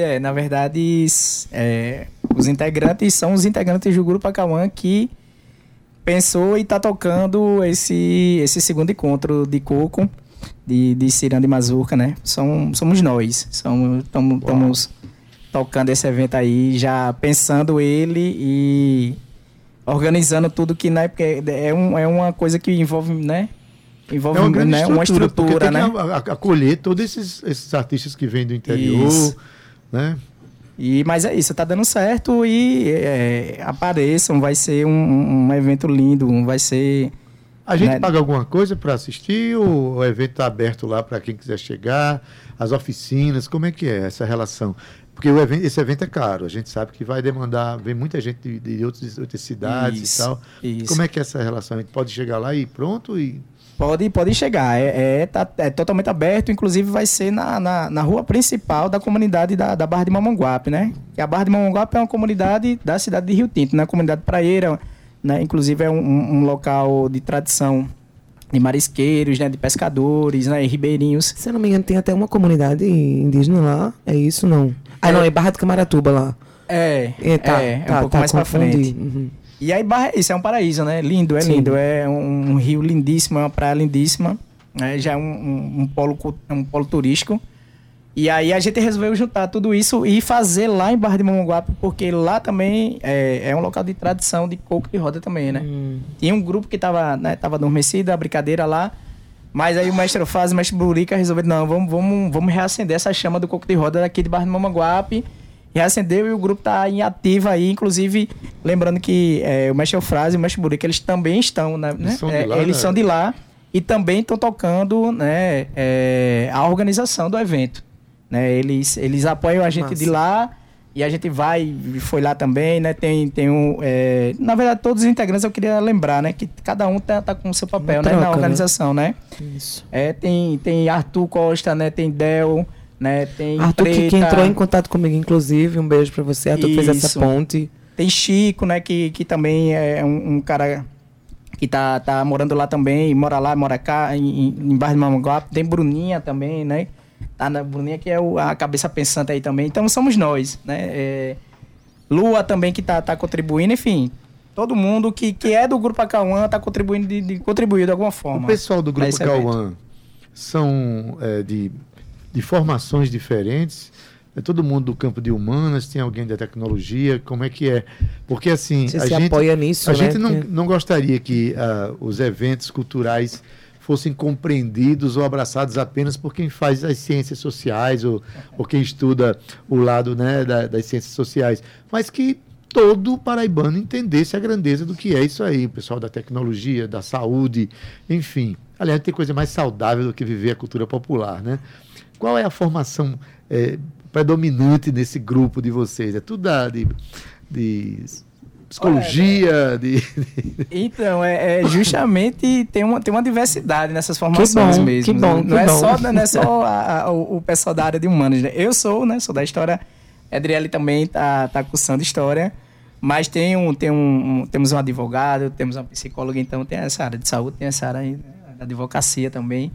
os integrantes são os integrantes do grupo Acauã que pensou e está tocando esse 2º encontro de coco, de ciranda e mazurca, né? Somos nós. Estamos tocando esse evento aí, já pensando ele e organizando tudo que, né? Porque é uma coisa que envolve, né? Envolve uma estrutura, né? Tem que acolher todos esses artistas que vêm do interior, isso, né? Mas é isso, tá dando certo e apareçam, vai ser um evento lindo, vai ser... A gente né? paga alguma coisa para assistir ou o evento está aberto lá para quem quiser chegar? As oficinas, como é que é essa relação? Porque esse evento é caro, a gente sabe que vai demandar, vem muita gente de outras cidades Isso, e tal. isso. Como é que é essa relação? A gente pode chegar lá e pronto? Pode chegar, é totalmente aberto, inclusive vai ser na rua principal da comunidade da Barra de Mamanguape, né? E a Barra de Mamanguape é uma comunidade da cidade de Rio Tinto, né? Comunidade praieira, né? Inclusive é um local de tradição de marisqueiros, né? De pescadores, né? Ribeirinhos. Se eu não me engano, tem até uma comunidade indígena lá. É isso, não? Não, é Barra do Camaratuba lá. Um pouco mais pra frente. Uhum. E aí Barra é isso, é um paraíso, né? Lindo, lindo. É um rio lindíssimo, é uma praia lindíssima. Né? Já é um polo turístico. E aí a gente resolveu juntar tudo isso e fazer lá em Barra de Mamanguape, porque lá também é um local de tradição de coco de roda também, né? Tinha um grupo que tava adormecido, a brincadeira lá. Mas aí o mestre Eufrásio e o mestre Burica resolveram, não, vamos reacender essa chama do coco de roda daqui de Barra de Mamanguape reacendeu e o grupo está em ativa aí, inclusive, lembrando que o Mestre Eufrásio e o Mestre Burica, eles também estão, né? Eles são de lá e também estão tocando, né, a organização do evento. Né? Eles apoiam a gente de lá e a gente foi lá também, né? Tem na verdade, todos os integrantes eu queria lembrar, né? Que cada um tá com o seu papel, né? Na organização, né? Isso. Tem Arthur Costa, né? Tem Del, né? Tem Arthur Preta, que entrou em contato comigo, inclusive. Um beijo pra você. Arthur que fez essa ponte. Tem Chico, né? Que também é um cara que tá morando lá também. Mora lá, mora cá, em bairro de Mamanguape. Tem Bruninha também, né? Tá na Bruninha, que é a cabeça pensante aí também. Então, somos nós, né? Lua também, que tá contribuindo. Enfim, todo mundo que é do Grupo Acauã tá contribuindo contribuir de alguma forma. O pessoal do Grupo Acauã são de formações diferentes? É todo mundo do campo de humanas? Tem alguém da tecnologia? Como é que é? Porque, assim, você se apoia nisso, a gente não gostaria que os eventos culturais fossem compreendidos ou abraçados apenas por quem faz as ciências sociais ou quem estuda o lado, né, das ciências sociais, mas que todo paraibano entendesse a grandeza do que é isso aí, o pessoal da tecnologia, da saúde, enfim. Aliás, tem coisa mais saudável do que viver a cultura popular, né? Qual é a formação predominante nesse grupo de vocês? É tudo de psicologia, Então, justamente tem uma diversidade nessas formações mesmo. Que bom, não é só o pessoal da área de humanos, né? Eu sou da história, a Adriele também tá cursando história, mas temos um advogado, temos uma psicóloga, então tem essa área de saúde, tem essa área aí, né, da advocacia também,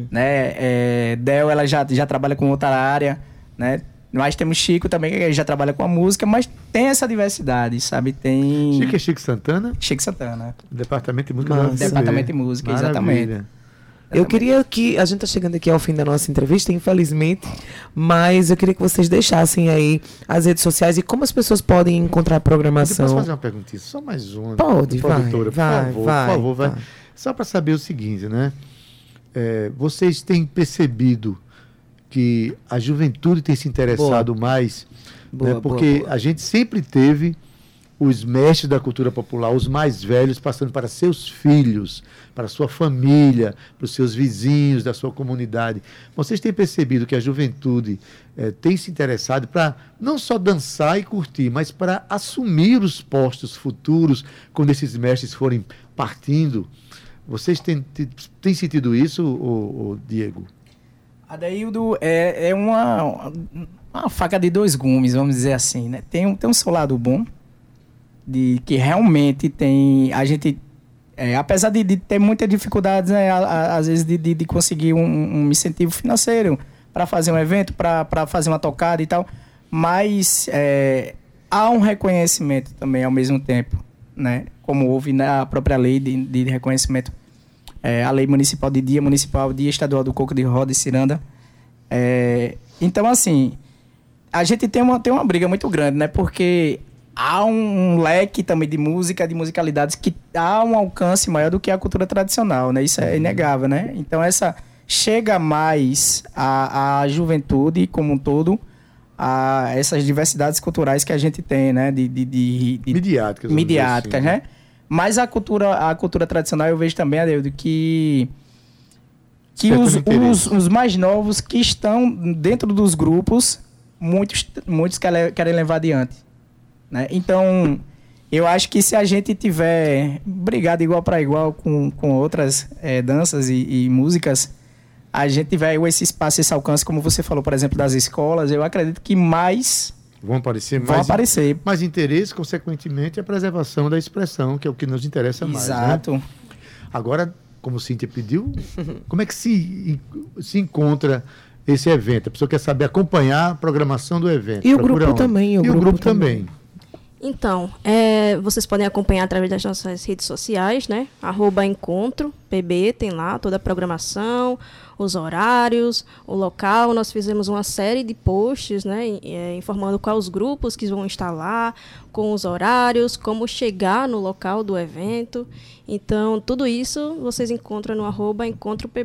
né? Del, ela já trabalha com outra área, né? Mas temos Chico também, que já trabalha com a música, mas tem essa diversidade, sabe? Tem... Chico é Chico Santana? Chico Santana. Departamento de Música. Departamento de Música, exatamente. Eu queria que... A gente está chegando aqui ao fim da nossa entrevista, infelizmente, mas eu queria que vocês deixassem aí as redes sociais e como as pessoas podem encontrar a programação. Posso fazer uma perguntinha? Só mais uma. Pode, produtora, vai. por favor. Só para saber o seguinte, né? Vocês têm percebido que a juventude tem se interessado mais, né? Porque a gente sempre teve os mestres da cultura popular, os mais velhos, passando para seus filhos, para sua família, para os seus vizinhos da sua comunidade. Vocês têm percebido que a juventude tem se interessado para não só dançar e curtir, mas para assumir os postos futuros quando esses mestres forem partindo? Vocês têm sentido isso, Diego? Adaildo, é uma faca de dois gumes, vamos dizer assim, né? Tem um seu lado bom, de que realmente tem... A gente, apesar de ter muitas dificuldades, né, às vezes, de conseguir um incentivo financeiro para fazer um evento, para fazer uma tocada e tal, mas há um reconhecimento também ao mesmo tempo, né? Como houve na própria lei de reconhecimento, a lei municipal de Dia Municipal, Dia Estadual do Coco de Roda e Ciranda. Então, assim, a gente tem uma briga muito grande, né? Porque há um leque também de música, de musicalidades, que há um alcance maior do que a cultura tradicional, né? Isso é inegável, né? Então, chega mais à juventude como um todo, a essas diversidades culturais que a gente tem, né? Midiáticas, assim, né? Mas a cultura tradicional, eu vejo também, Adeildo, que os mais novos que estão dentro dos grupos, muitos querem levar adiante, né? Então, eu acho que se a gente tiver brigado igual para igual com outras danças e músicas, a gente tiver esse espaço, esse alcance, como você falou, por exemplo, das escolas, eu acredito que mais... Vão aparecer. Mais interesse, consequentemente, a preservação da expressão, que é o que nos interessa mais. Exato. Né? Agora, como Cíntia pediu, como é que se encontra esse evento? A pessoa quer saber acompanhar a programação do evento. E o grupo também. E o grupo também. Então, vocês podem acompanhar através das nossas redes sociais, né? @EncontroPB, tem lá toda a programação, os horários, o local. Nós fizemos uma série de posts, né? Informando quais os grupos que vão estar lá, com os horários, como chegar no local do evento. Então, tudo isso vocês encontram no @EncontroPB.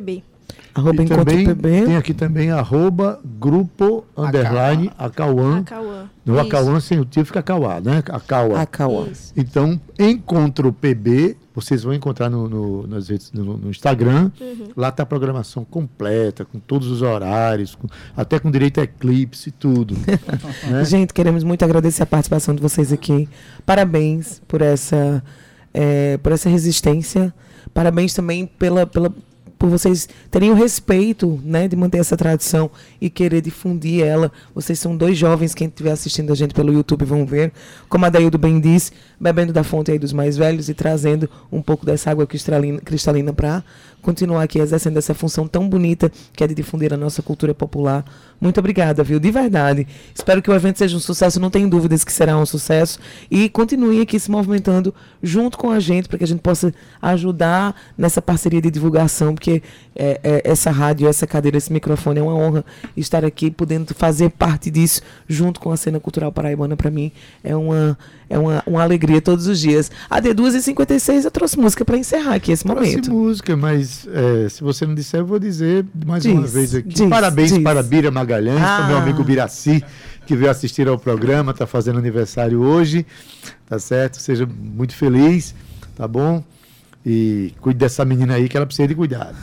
Arroba E Encontro também PB. tem aqui também @grupo _ Acauã. Acauã. No Isso. Acauã sem o tio fica Acauá, né? Acauã. Acauã. Isso. Então, Encontro PB, vocês vão encontrar nas redes, no Instagram. Lá está a programação completa, com todos os horários, até com direito a eclipse e tudo. né? Gente, queremos muito agradecer a participação de vocês aqui. Parabéns por essa resistência. Parabéns também por vocês terem o respeito, né, de manter essa tradição e querer difundir ela. Vocês são 2 jovens, quem estiver assistindo a gente pelo YouTube vão ver, como a Daildo bem disse, bebendo da fonte aí dos mais velhos e trazendo um pouco dessa água cristalina para continuar aqui exercendo essa função tão bonita que é de difundir a nossa cultura popular. Muito obrigada, viu? De verdade. Espero que o evento seja um sucesso, não tenho dúvidas que será um sucesso. E continuem aqui se movimentando junto com a gente para que a gente possa ajudar nessa parceria de divulgação, porque essa rádio, essa cadeira, esse microfone é uma honra estar aqui, podendo fazer parte disso junto com a cena cultural paraibana. Para mim é uma alegria todos os dias. A de 2h56 eu trouxe música para encerrar aqui esse momento. Trouxe música, mas se você não disser, eu vou dizer mais uma vez aqui. Diz. Parabéns para Bira Magalhães, para meu amigo Biraci, que veio assistir ao programa, está fazendo aniversário hoje, tá certo? Seja muito feliz, tá bom? E cuide dessa menina aí, que ela precisa de cuidado.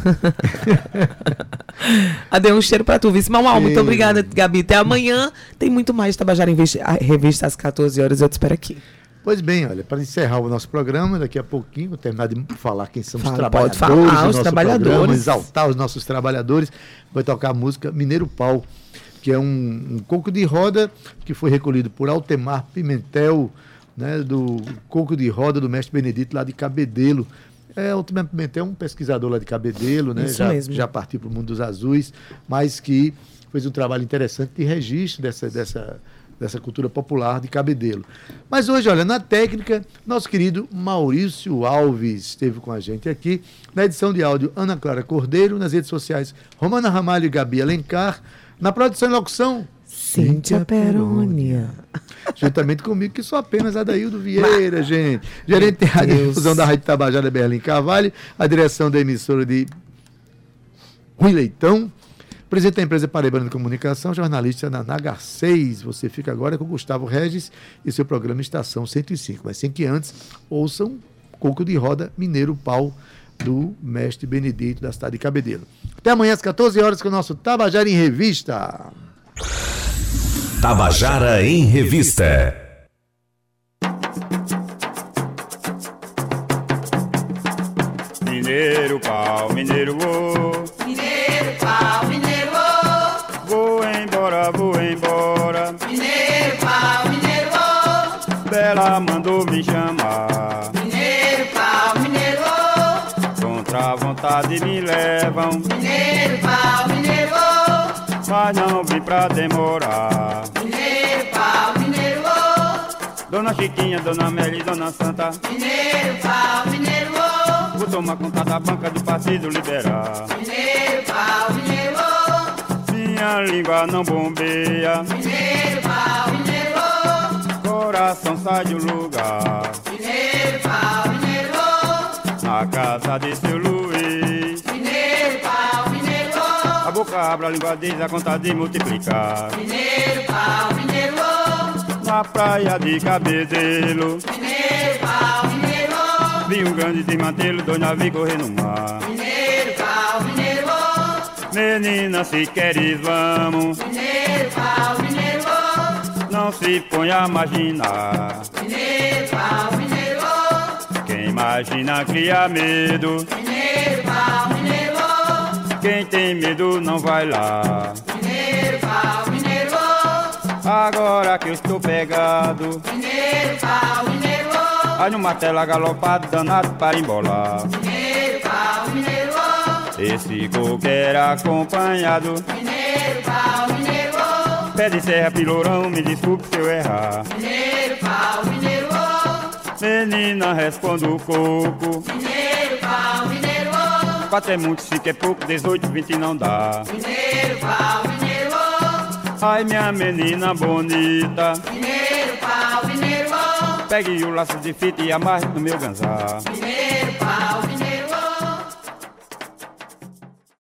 Ade, um cheiro pra tu, vice. Mal, muito obrigada, Gabi. Até amanhã. Tem muito mais Tabajara em Revista às 14 horas. Eu te espero aqui. Pois bem, olha, para encerrar o nosso programa, daqui a pouquinho, vou terminar de falar quem são os Pode trabalhadores falar, do os nosso trabalhadores. programa, exaltar os nossos trabalhadores. Vai tocar a música Mineiro Pau, que é um coco de roda que foi recolhido por Altemar Pimentel, né, do coco de roda do mestre Benedito, lá de Cabedelo. Altemar Pimentel é um pesquisador lá de Cabedelo, né, já partiu para o mundo dos azuis, mas que fez um trabalho interessante de registro dessa cultura popular de Cabedelo. Mas hoje, olha, na técnica, nosso querido Maurício Alves esteve com a gente aqui, na edição de áudio Ana Clara Cordeiro, nas redes sociais Romana Ramalho e Gabi Alencar, na produção e locução Cíntia Perônia. Juntamente comigo, que sou apenas Adaildo Vieira, gente. Gerente de rádio e difusão da Rádio Tabajara, Berlim Carvalho, a direção da emissora de Rui Leitão, presidente da empresa Paraibana de Comunicação, jornalista na Nagar 6. Você fica agora com Gustavo Regis e seu programa Estação 105. Mas sem que antes ouçam Coco de Roda Mineiro Pau, do mestre Benedito, da cidade de Cabedelo. Até amanhã às 14 horas com o nosso Tabajara em Revista. Tabajara em Revista. Mineiro pau, mineiro ô. Mineiro pau, mineiro ô. Vou embora. Mineiro pau, mineiro ô. Bela mandou me chamar. Mineiro pau, mineiro ô. Contra a vontade me levam. Mineiro pau, mineiro ô. Mas não vim pra demorar. Mineiro pau, mineiro ô. Dona Chiquinha, Dona Meli, Dona Santa. Mineiro pau, mineiro ô. Vou tomar conta da banca do Partido Liberal. Mineiro pau, mineiro ô. Minha língua não bombeia. Mineiro pau, mineiro ô. Coração sai do lugar. Mineiro pau, mineiro ô. Na casa de seu Luiz. Mineiro pau, mineiro ô. A boca abre, a língua diz, a conta de multiplicar. Mineiro pau, mineiro ô. Na praia de Cabedelo. Mineiro pau, mineiro ô. Vi um grande desmantelo, dois navios correndo no mar. Mineiro pau, mineiro ô. Menina, se queres, vamos. Mineiro pau, mineiro ô. Não se ponha a imaginar. Mineiro pau, mineiro ô. Quem imagina cria medo. Mineiro pau, mineiro ô. Quem tem medo não vai lá. Mineiro pau, mineiro ô. Agora que eu estou pegado. Mineiro pau, mineiro ô. Aí no martelo agalopado, danado para embolar. Mineiro pau, mineiro ô. Esse coco era acompanhado. Mineiro pau, mineiro ô. Pé de serra, pilourão, me desculpe se eu errar. Mineiro pau, mineiro ô. Menina, responde o coco. Mineiro pau, mineiro ô. 4 é muito, 5 é pouco, 18, 20 não dá. Mineiro pau, mineiro ô. Ai, minha menina bonita. Mineiro pau, mineiro ô. Pegue o laço de fita e amarre no meu ganzar. Mineiro pau, mineiro